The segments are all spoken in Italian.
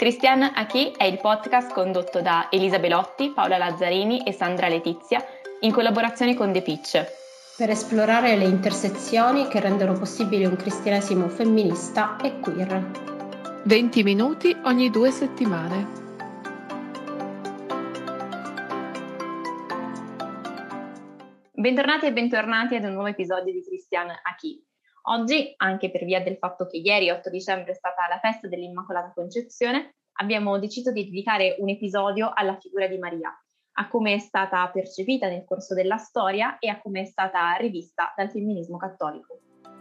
Christian a chi è il podcast condotto da Elisa Belotti, Paola Lazzarini e Sandra Letizia in collaborazione con The Pitch. Per esplorare le intersezioni che rendono possibile un cristianesimo femminista e queer. 20 minuti ogni 2 settimane. Bentornati e bentornati ad un nuovo episodio di Christian a chi. Oggi, anche per via del fatto che ieri 8 dicembre è stata la festa dell'Immacolata Concezione, abbiamo deciso di dedicare un episodio alla figura di Maria, a come è stata percepita nel corso della storia e a come è stata rivista dal femminismo cattolico.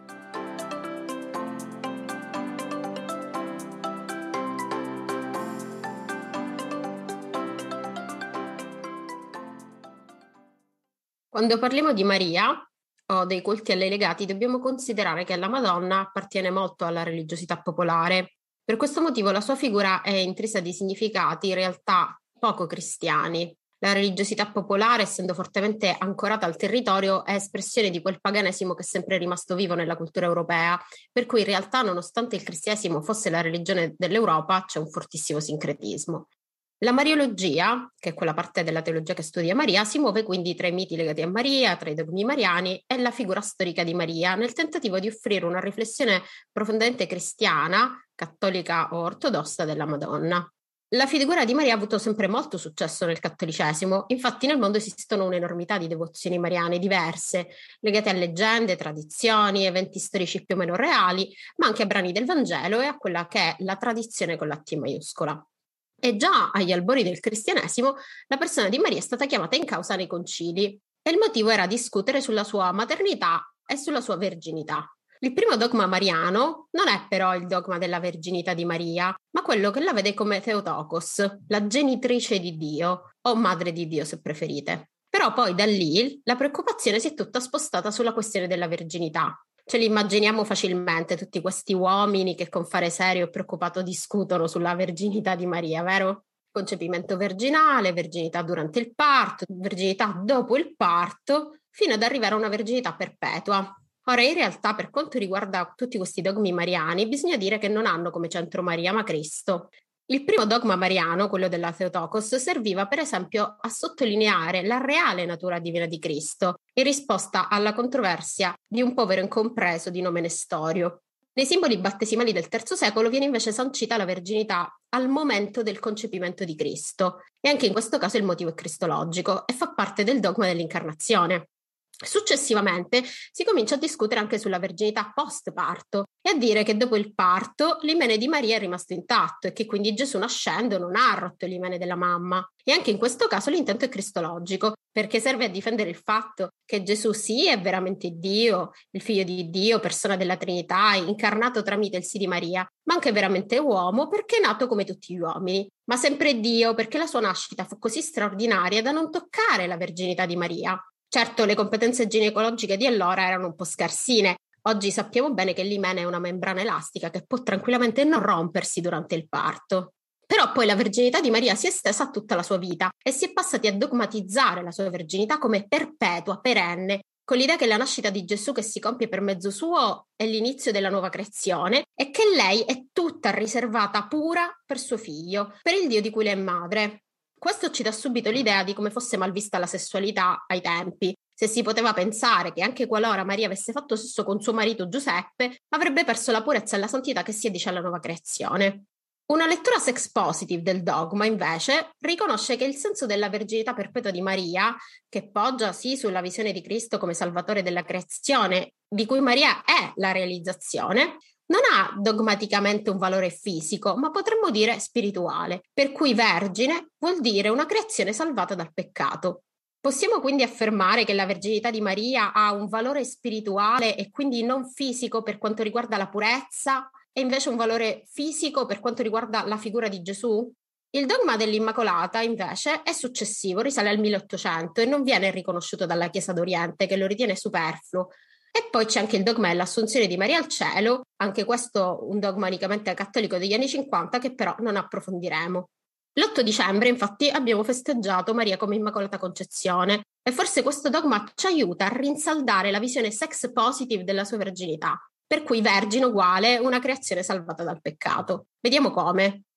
Quando parliamo di Maria o dei culti a lei legati, dobbiamo considerare che la Madonna appartiene molto alla religiosità popolare. Per questo motivo la sua figura è intrisa di significati in realtà poco cristiani. La religiosità popolare, essendo fortemente ancorata al territorio, è espressione di quel paganesimo che è sempre rimasto vivo nella cultura europea, per cui in realtà, nonostante il cristianesimo fosse la religione dell'Europa, c'è un fortissimo sincretismo. La Mariologia, che è quella parte della teologia che studia Maria, si muove quindi tra i miti legati a Maria, tra i dogmi mariani e la figura storica di Maria, nel tentativo di offrire una riflessione profondamente cristiana, cattolica o ortodossa della Madonna. La figura di Maria ha avuto sempre molto successo nel cattolicesimo, infatti nel mondo esistono un'enormità di devozioni mariane diverse, legate a leggende, tradizioni, eventi storici più o meno reali, ma anche a brani del Vangelo e a quella che è la tradizione con la T maiuscola. E già agli albori del cristianesimo la persona di Maria è stata chiamata in causa nei concili e il motivo era discutere sulla sua maternità e sulla sua verginità. Il primo dogma mariano non è però il dogma della verginità di Maria, ma quello che la vede come Theotokos, la genitrice di Dio, o madre di Dio se preferite. Però poi da lì la preoccupazione si è tutta spostata sulla questione della verginità. Ce li immaginiamo facilmente tutti questi uomini che con fare serio e preoccupato discutono sulla verginità di Maria, vero? Concepimento virginale, verginità durante il parto, verginità dopo il parto, fino ad arrivare a una verginità perpetua. Ora, in realtà, per quanto riguarda tutti questi dogmi mariani, bisogna dire che non hanno come centro Maria, ma Cristo. Il primo dogma mariano, quello della Theotokos, serviva per esempio a sottolineare la reale natura divina di Cristo, in risposta alla controversia di un povero incompreso di nome Nestorio. Nei simboli battesimali del III secolo viene invece sancita la verginità al momento del concepimento di Cristo, e anche in questo caso il motivo è cristologico e fa parte del dogma dell'incarnazione. Successivamente si comincia a discutere anche sulla verginità post-parto e a dire che dopo il parto l'imene di Maria è rimasto intatto e che quindi Gesù nascendo non ha rotto l'imene della mamma. E anche in questo caso l'intento è cristologico, perché serve a difendere il fatto che Gesù sì è veramente Dio, il figlio di Dio, persona della Trinità, incarnato tramite il sì di Maria, ma anche veramente uomo perché è nato come tutti gli uomini, ma sempre Dio perché la sua nascita fu così straordinaria da non toccare la verginità di Maria. Certo, le competenze ginecologiche di allora erano un po' scarsine. Oggi sappiamo bene che l'imene è una membrana elastica che può tranquillamente non rompersi durante il parto. Però poi la verginità di Maria si è estesa a tutta la sua vita e si è passati a dogmatizzare la sua verginità come perpetua, perenne, con l'idea che la nascita di Gesù che si compie per mezzo suo è l'inizio della nuova creazione e che lei è tutta riservata pura per suo figlio, per il Dio di cui lei è madre. Questo ci dà subito l'idea di come fosse mal vista la sessualità ai tempi. Se si poteva pensare che anche qualora Maria avesse fatto sesso con suo marito Giuseppe, avrebbe perso la purezza e la santità che si addice alla nuova creazione. Una lettura sex positive del dogma, invece, riconosce che il senso della verginità perpetua di Maria, che poggia sì sulla visione di Cristo come salvatore della creazione, di cui Maria è la realizzazione, non ha dogmaticamente un valore fisico, ma potremmo dire spirituale, per cui vergine vuol dire una creazione salvata dal peccato. Possiamo quindi affermare che la verginità di Maria ha un valore spirituale e quindi non fisico per quanto riguarda la purezza e invece un valore fisico per quanto riguarda la figura di Gesù? Il dogma dell'Immacolata, invece, è successivo, risale al 1800 e non viene riconosciuto dalla Chiesa d'Oriente, che lo ritiene superfluo. E poi c'è anche il dogma dell'Assunzione di Maria al cielo, anche questo un dogma unicamente cattolico degli anni 50 che però non approfondiremo. L'8 dicembre infatti abbiamo festeggiato Maria come Immacolata Concezione e forse questo dogma ci aiuta a rinsaldare la visione sex positive della sua verginità, per cui vergine uguale una creazione salvata dal peccato. Vediamo come.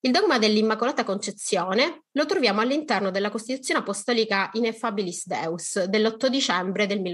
Il dogma dell'Immacolata Concezione lo troviamo all'interno della Costituzione Apostolica Ineffabilis Deus dell'8 dicembre del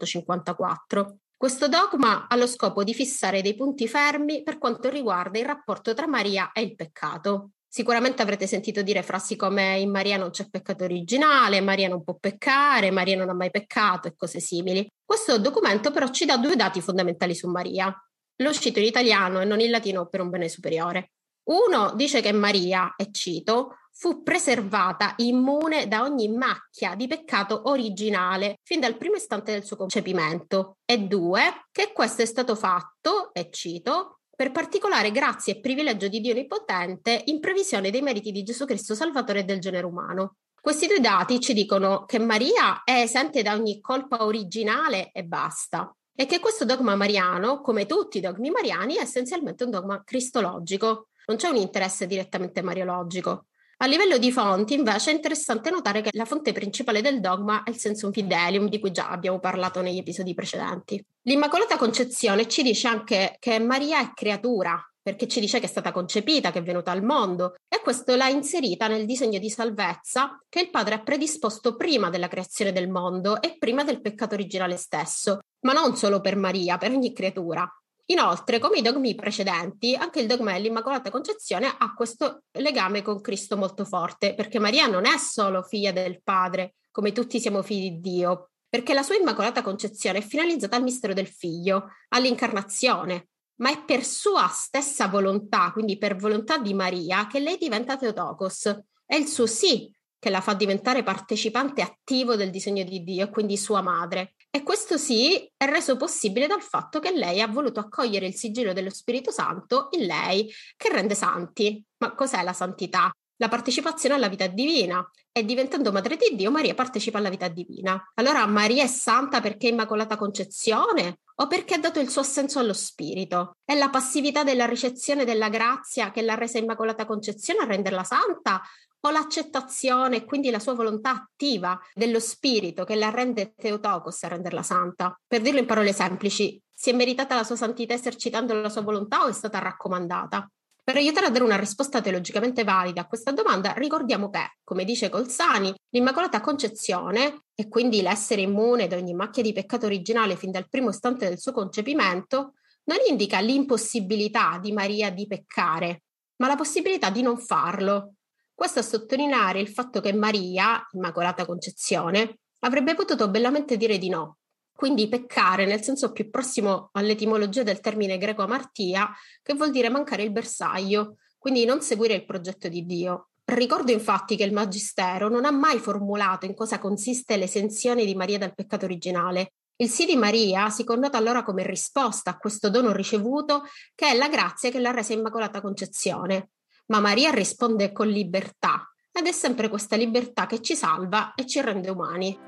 1854. Questo dogma ha lo scopo di fissare dei punti fermi per quanto riguarda il rapporto tra Maria e il peccato. Sicuramente avrete sentito dire frasi come in Maria non c'è peccato originale, Maria non può peccare, Maria non ha mai peccato e cose simili. Questo documento però ci dà 2 dati fondamentali su Maria. Lo cito in italiano e non in latino per un bene superiore. Uno dice che Maria, e cito, fu preservata immune da ogni macchia di peccato originale fin dal primo istante del suo concepimento. E 2, che questo è stato fatto, e cito, per particolare grazia e privilegio di Dio Onnipotente in previsione dei meriti di Gesù Cristo Salvatore del genere umano. Questi 2 dati ci dicono che Maria è esente da ogni colpa originale e basta. E che questo dogma mariano, come tutti i dogmi mariani, è essenzialmente un dogma cristologico. Non c'è un interesse direttamente mariologico. A livello di fonti, invece, è interessante notare che la fonte principale del dogma è il Sensum Fidelium, di cui già abbiamo parlato negli episodi precedenti. L'Immacolata Concezione ci dice anche che Maria è creatura, perché ci dice che è stata concepita, che è venuta al mondo, e questo l'ha inserita nel disegno di salvezza che il Padre ha predisposto prima della creazione del mondo e prima del peccato originale stesso, ma non solo per Maria, per ogni creatura. Inoltre, come i dogmi precedenti, anche il dogma dell'Immacolata Concezione ha questo legame con Cristo molto forte, perché Maria non è solo figlia del Padre, come tutti siamo figli di Dio, perché la sua Immacolata Concezione è finalizzata al mistero del Figlio, all'incarnazione, ma è per sua stessa volontà, quindi per volontà di Maria, che lei diventa Theotokos. È il suo sì che la fa diventare partecipante attivo del disegno di Dio, quindi sua madre. E questo sì è reso possibile dal fatto che lei ha voluto accogliere il sigillo dello Spirito Santo in lei, che rende santi. Ma cos'è la santità? La partecipazione alla vita divina. E diventando madre di Dio, Maria partecipa alla vita divina. Allora Maria è santa perché è Immacolata Concezione o perché ha dato il suo assenso allo Spirito? È la passività della ricezione della grazia che l'ha resa Immacolata Concezione a renderla santa? O l'accettazione e quindi la sua volontà attiva dello Spirito che la rende Theotokos a renderla santa? Per dirlo in parole semplici, si è meritata la sua santità esercitando la sua volontà o è stata raccomandata? Per aiutare a dare una risposta teologicamente valida a questa domanda, ricordiamo che, come dice Colzani, l'Immacolata Concezione, e quindi l'essere immune da ogni macchia di peccato originale fin dal primo istante del suo concepimento, non indica l'impossibilità di Maria di peccare, ma la possibilità di non farlo. Questo a sottolineare il fatto che Maria, Immacolata Concezione, avrebbe potuto bellamente dire di no. Quindi peccare nel senso più prossimo all'etimologia del termine greco amartia, che vuol dire mancare il bersaglio, quindi non seguire il progetto di Dio. Ricordo infatti che il Magistero non ha mai formulato in cosa consiste l'esenzione di Maria dal peccato originale. Il sì di Maria si connota allora come risposta a questo dono ricevuto, che è la grazia che l'ha resa Immacolata Concezione. Ma Maria risponde con libertà, ed è sempre questa libertà che ci salva e ci rende umani.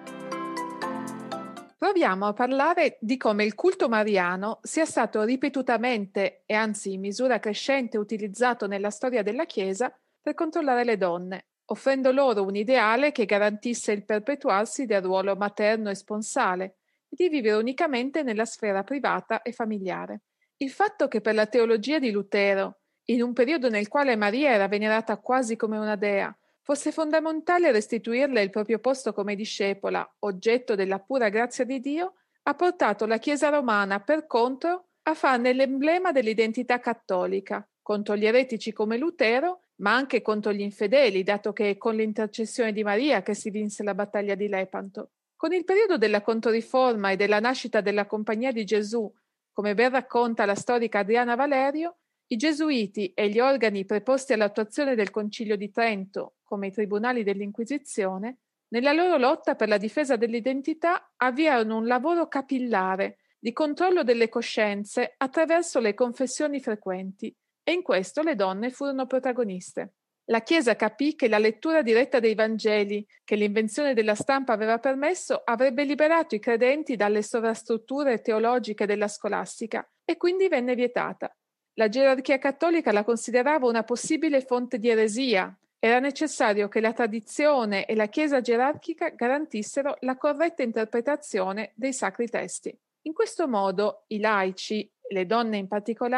Proviamo a parlare di come il culto mariano sia stato ripetutamente e anzi in misura crescente utilizzato nella storia della Chiesa per controllare le donne, offrendo loro un ideale che garantisse il perpetuarsi del ruolo materno e sponsale e di vivere unicamente nella sfera privata e familiare. Il fatto che per la teologia di Lutero, in un periodo nel quale Maria era venerata quasi come una dea, fosse fondamentale restituirle il proprio posto come discepola, oggetto della pura grazia di Dio, ha portato la Chiesa romana, per contro, a farne l'emblema dell'identità cattolica, contro gli eretici come Lutero, ma anche contro gli infedeli, dato che è con l'intercessione di Maria che si vinse la battaglia di Lepanto. Con il periodo della Controriforma e della nascita della Compagnia di Gesù, come ben racconta la storica Adriana Valerio, i Gesuiti e gli organi preposti all'attuazione del Concilio di Trento, come i tribunali dell'Inquisizione, nella loro lotta per la difesa dell'identità avviarono un lavoro capillare di controllo delle coscienze attraverso le confessioni frequenti, e in questo le donne furono protagoniste. La Chiesa capì che la lettura diretta dei Vangeli, che l'invenzione della stampa aveva permesso, avrebbe liberato i credenti dalle sovrastrutture teologiche della scolastica e quindi venne vietata. La gerarchia cattolica la considerava una possibile fonte di eresia. Era necessario che la tradizione e la Chiesa gerarchica garantissero la corretta interpretazione dei sacri testi. In questo modo i laici, le donne in particolare,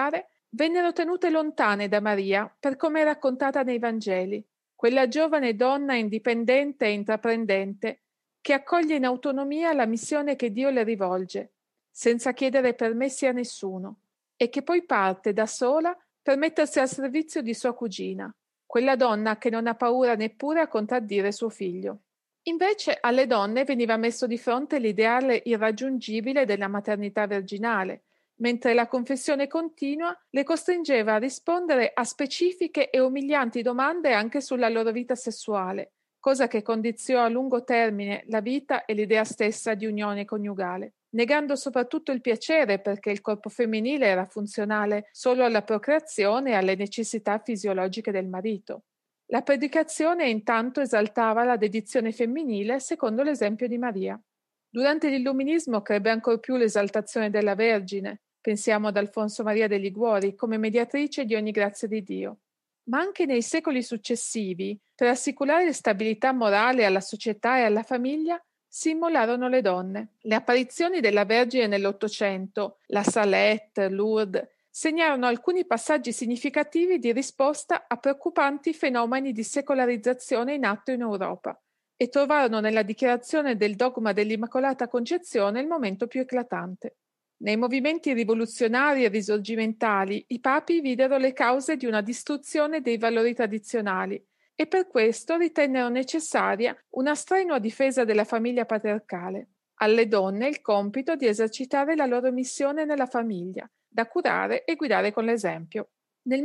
vennero tenute lontane da Maria per come è raccontata nei Vangeli, quella giovane donna indipendente e intraprendente che accoglie in autonomia la missione che Dio le rivolge, senza chiedere permessi a nessuno, e che poi parte da sola per mettersi al servizio di sua cugina, quella donna che non ha paura neppure a contraddire suo figlio. Invece alle donne veniva messo di fronte l'ideale irraggiungibile della maternità virginale, mentre la confessione continua le costringeva a rispondere a specifiche e umilianti domande anche sulla loro vita sessuale, cosa che condiziò a lungo termine la vita e l'idea stessa di unione coniugale, negando soprattutto il piacere perché il corpo femminile era funzionale solo alla procreazione e alle necessità fisiologiche del marito. La predicazione intanto esaltava la dedizione femminile secondo l'esempio di Maria. Durante l'Illuminismo crebbe ancor più l'esaltazione della Vergine, pensiamo ad Alfonso Maria de' Liguori, come mediatrice di ogni grazia di Dio. Ma anche nei secoli successivi, per assicurare stabilità morale alla società e alla famiglia, si immolarono le donne. Le apparizioni della Vergine nell'Ottocento, la Salette, Lourdes, segnarono alcuni passaggi significativi di risposta a preoccupanti fenomeni di secolarizzazione in atto in Europa e trovarono nella dichiarazione del dogma dell'Immacolata Concezione il momento più eclatante. Nei movimenti rivoluzionari e risorgimentali i papi videro le cause di una distruzione dei valori tradizionali e per questo ritennero necessaria una strenua difesa della famiglia patriarcale. Alle donne il compito di esercitare la loro missione nella famiglia, da curare e guidare con l'esempio. Nel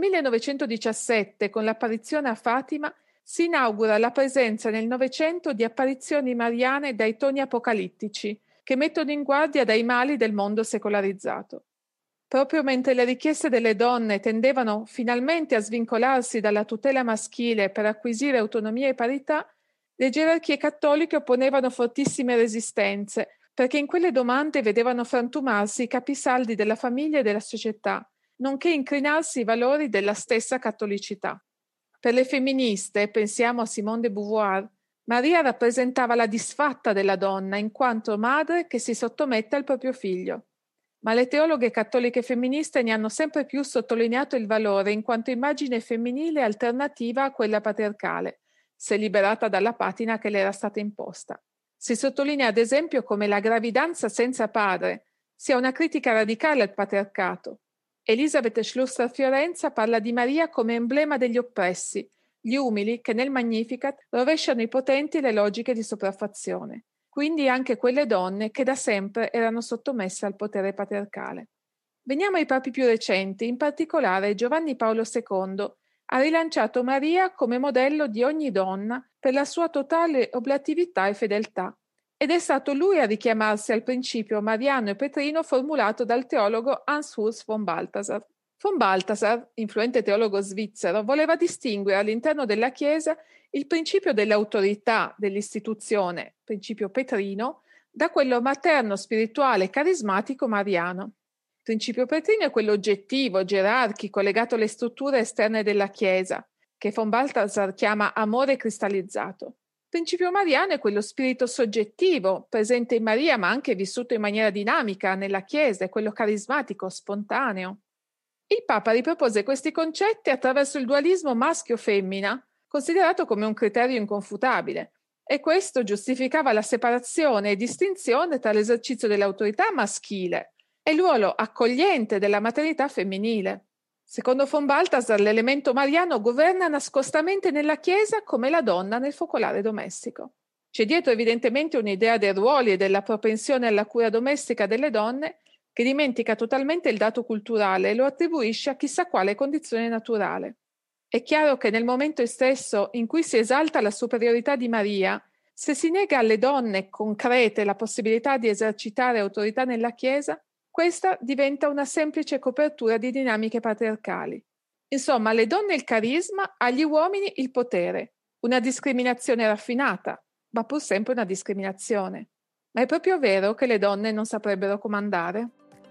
1917, con l'apparizione a Fatima, si inaugura la presenza nel Novecento di apparizioni mariane dai toni apocalittici, che mettono in guardia dai mali del mondo secolarizzato. Proprio mentre le richieste delle donne tendevano finalmente a svincolarsi dalla tutela maschile per acquisire autonomia e parità, le gerarchie cattoliche opponevano fortissime resistenze, perché in quelle domande vedevano frantumarsi i capisaldi della famiglia e della società, nonché incrinarsi i valori della stessa cattolicità. Per le femministe, pensiamo a Simone de Beauvoir, Maria rappresentava la disfatta della donna in quanto madre che si sottomette al proprio figlio. Ma le teologhe cattoliche femministe ne hanno sempre più sottolineato il valore in quanto immagine femminile alternativa a quella patriarcale, se liberata dalla patina che le era stata imposta. Si sottolinea ad esempio come la gravidanza senza padre sia una critica radicale al patriarcato. Elisabeth Schluss a Fiorenza parla di Maria come emblema degli oppressi, gli umili che nel Magnificat rovesciano i potenti le logiche di sopraffazione, quindi anche quelle donne che da sempre erano sottomesse al potere patriarcale. Veniamo ai papi più recenti, in particolare Giovanni Paolo II ha rilanciato Maria come modello di ogni donna per la sua totale oblatività e fedeltà, ed è stato lui a richiamarsi al principio mariano e petrino formulato dal teologo Hans Urs von Balthasar. Von Balthasar, influente teologo svizzero, voleva distinguere all'interno della Chiesa il principio dell'autorità dell'istituzione, principio petrino, da quello materno, spirituale, carismatico mariano. Il principio petrino è quello oggettivo, gerarchico, legato alle strutture esterne della Chiesa, che von Balthasar chiama amore cristallizzato. Il principio mariano è quello spirito soggettivo, presente in Maria ma anche vissuto in maniera dinamica nella Chiesa, è quello carismatico, spontaneo. Il Papa ripropose questi concetti attraverso il dualismo maschio-femmina, considerato come un criterio inconfutabile, e questo giustificava la separazione e distinzione tra l'esercizio dell'autorità maschile e il ruolo accogliente della maternità femminile. Secondo von Balthasar, l'elemento mariano governa nascostamente nella Chiesa come la donna nel focolare domestico. C'è dietro evidentemente un'idea dei ruoli e della propensione alla cura domestica delle donne che dimentica totalmente il dato culturale e lo attribuisce a chissà quale condizione naturale. È chiaro che nel momento stesso in cui si esalta la superiorità di Maria, se si nega alle donne concrete la possibilità di esercitare autorità nella Chiesa, questa diventa una semplice copertura di dinamiche patriarcali. Insomma, alle donne il carisma, agli uomini il potere, una discriminazione raffinata, ma pur sempre una discriminazione. Ma è proprio vero che le donne non saprebbero comandare?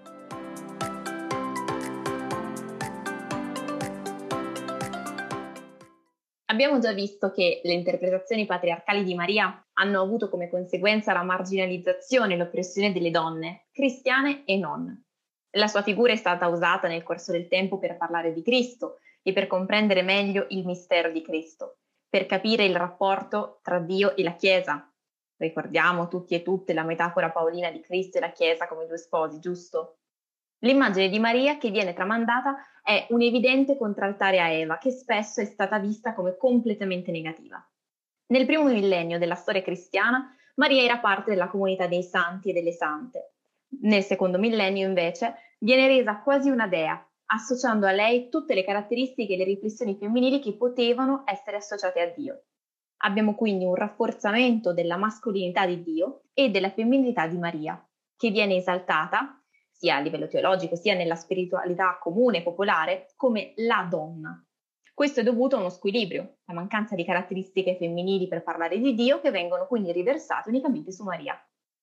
Abbiamo già visto che le interpretazioni patriarcali di Maria hanno avuto come conseguenza la marginalizzazione e l'oppressione delle donne, cristiane e non. La sua figura è stata usata nel corso del tempo per parlare di Cristo e per comprendere meglio il mistero di Cristo, per capire il rapporto tra Dio e la Chiesa. Ricordiamo tutti e tutte la metafora paolina di Cristo e la Chiesa come due sposi, giusto? L'immagine di Maria che viene tramandata è un evidente contraltare a Eva, che spesso è stata vista come completamente negativa. Nel primo millennio della storia cristiana, Maria era parte della comunità dei santi e delle sante. Nel secondo millennio, invece, viene resa quasi una dea, associando a lei tutte le caratteristiche e le riflessioni femminili che potevano essere associate a Dio. Abbiamo quindi un rafforzamento della mascolinità di Dio e della femminilità di Maria, che viene esaltata, sia a livello teologico sia nella spiritualità comune e popolare, come la donna. Questo è dovuto a uno squilibrio, la mancanza di caratteristiche femminili per parlare di Dio, che vengono quindi riversate unicamente su Maria.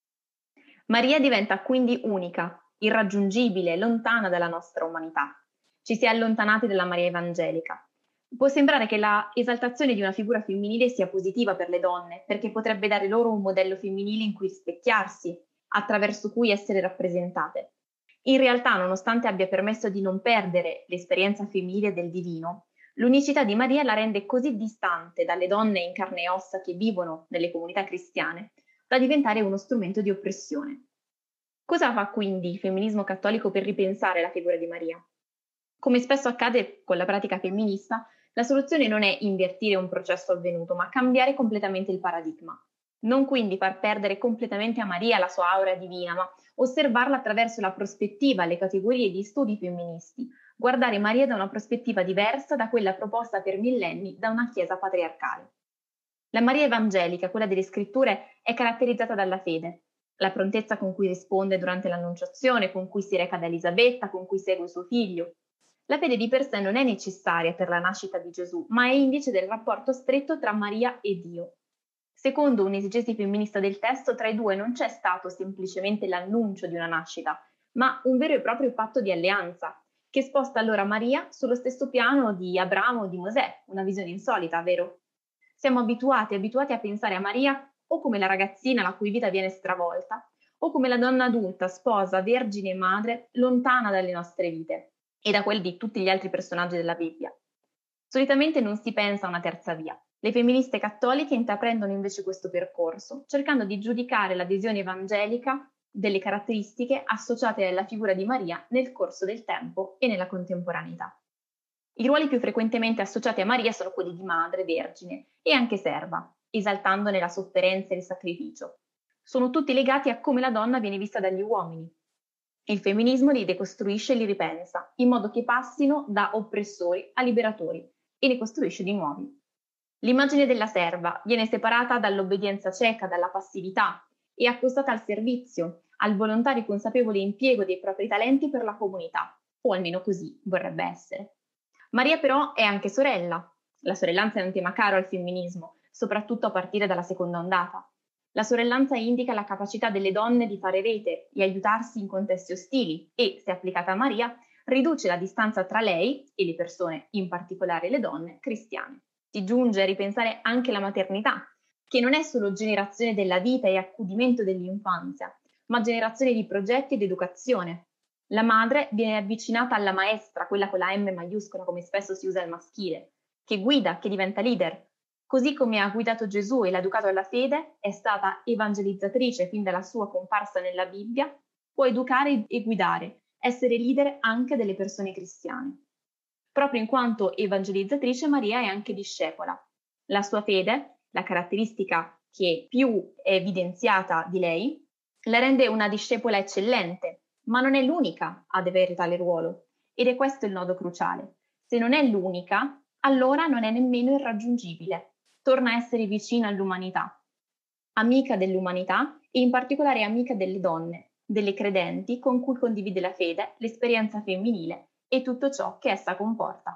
Maria diventa quindi unica, irraggiungibile, lontana dalla nostra umanità. Ci si è allontanati dalla Maria evangelica. Può sembrare che la esaltazione di una figura femminile sia positiva per le donne, perché potrebbe dare loro un modello femminile in cui specchiarsi, attraverso cui essere rappresentate. In realtà, nonostante abbia permesso di non perdere l'esperienza femminile del divino, l'unicità di Maria la rende così distante dalle donne in carne e ossa che vivono nelle comunità cristiane da diventare uno strumento di oppressione. Cosa fa quindi il femminismo cattolico per ripensare la figura di Maria? Come spesso accade con la pratica femminista, la soluzione non è invertire un processo avvenuto, ma cambiare completamente il paradigma. Non quindi far perdere completamente a Maria la sua aura divina, ma osservarla attraverso la prospettiva, le categorie di studi femministi, guardare Maria da una prospettiva diversa da quella proposta per millenni da una chiesa patriarcale. La Maria evangelica, quella delle scritture, è caratterizzata dalla fede, la prontezza con cui risponde durante l'annunciazione, con cui si reca da Elisabetta, con cui segue suo figlio. La fede di per sé non è necessaria per la nascita di Gesù, ma è indice del rapporto stretto tra Maria e Dio. Secondo un'esegesi femminista del testo, tra i due non c'è stato semplicemente l'annuncio di una nascita, ma un vero e proprio patto di alleanza, che sposta allora Maria sullo stesso piano di Abramo o di Mosè, una visione insolita, vero? Siamo abituati a pensare a Maria o come la ragazzina la cui vita viene stravolta, o come la donna adulta, sposa, vergine e madre, lontana dalle nostre vite e da quelle di tutti gli altri personaggi della Bibbia. Solitamente non si pensa a una terza via. Le femministe cattoliche intraprendono invece questo percorso, cercando di giudicare l'adesione evangelica delle caratteristiche associate alla figura di Maria nel corso del tempo e nella contemporaneità. I ruoli più frequentemente associati a Maria sono quelli di madre, vergine e anche serva, esaltandone la sofferenza e il sacrificio. Sono tutti legati a come la donna viene vista dagli uomini. Il femminismo li decostruisce e li ripensa, in modo che passino da oppressori a liberatori, e ne costruisce di nuovi. L'immagine della serva viene separata dall'obbedienza cieca, dalla passività, e accostata al servizio, al volontario consapevole impiego dei propri talenti per la comunità, o almeno così vorrebbe essere. Maria però è anche sorella. La sorellanza è un tema caro al femminismo, soprattutto a partire dalla seconda ondata. La sorellanza indica la capacità delle donne di fare rete e aiutarsi in contesti ostili e, se applicata a Maria, riduce la distanza tra lei e le persone, in particolare le donne, cristiane. Si giunge a ripensare anche la maternità, che non è solo generazione della vita e accudimento dell'infanzia, ma generazione di progetti ed educazione. La madre viene avvicinata alla maestra, quella con la M maiuscola come spesso si usa al maschile, che guida, che diventa leader. Così come ha guidato Gesù e l'ha educato alla fede, è stata evangelizzatrice fin dalla sua comparsa nella Bibbia, può educare e guidare, essere leader anche delle persone cristiane. Proprio in quanto evangelizzatrice, Maria è anche discepola. La sua fede, la caratteristica che più è evidenziata di lei, la rende una discepola eccellente, ma non è l'unica ad avere tale ruolo. Ed è questo il nodo cruciale. Se non è l'unica, allora non è nemmeno irraggiungibile. Torna a essere vicina all'umanità, amica dell'umanità e in particolare amica delle donne, delle credenti con cui condivide la fede, l'esperienza femminile e tutto ciò che essa comporta.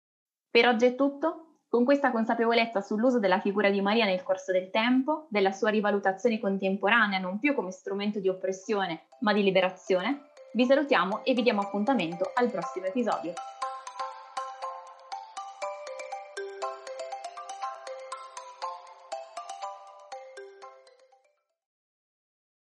Per oggi è tutto. Con questa consapevolezza sull'uso della figura di Maria nel corso del tempo, della sua rivalutazione contemporanea non più come strumento di oppressione ma di liberazione, vi salutiamo e vi diamo appuntamento al prossimo episodio.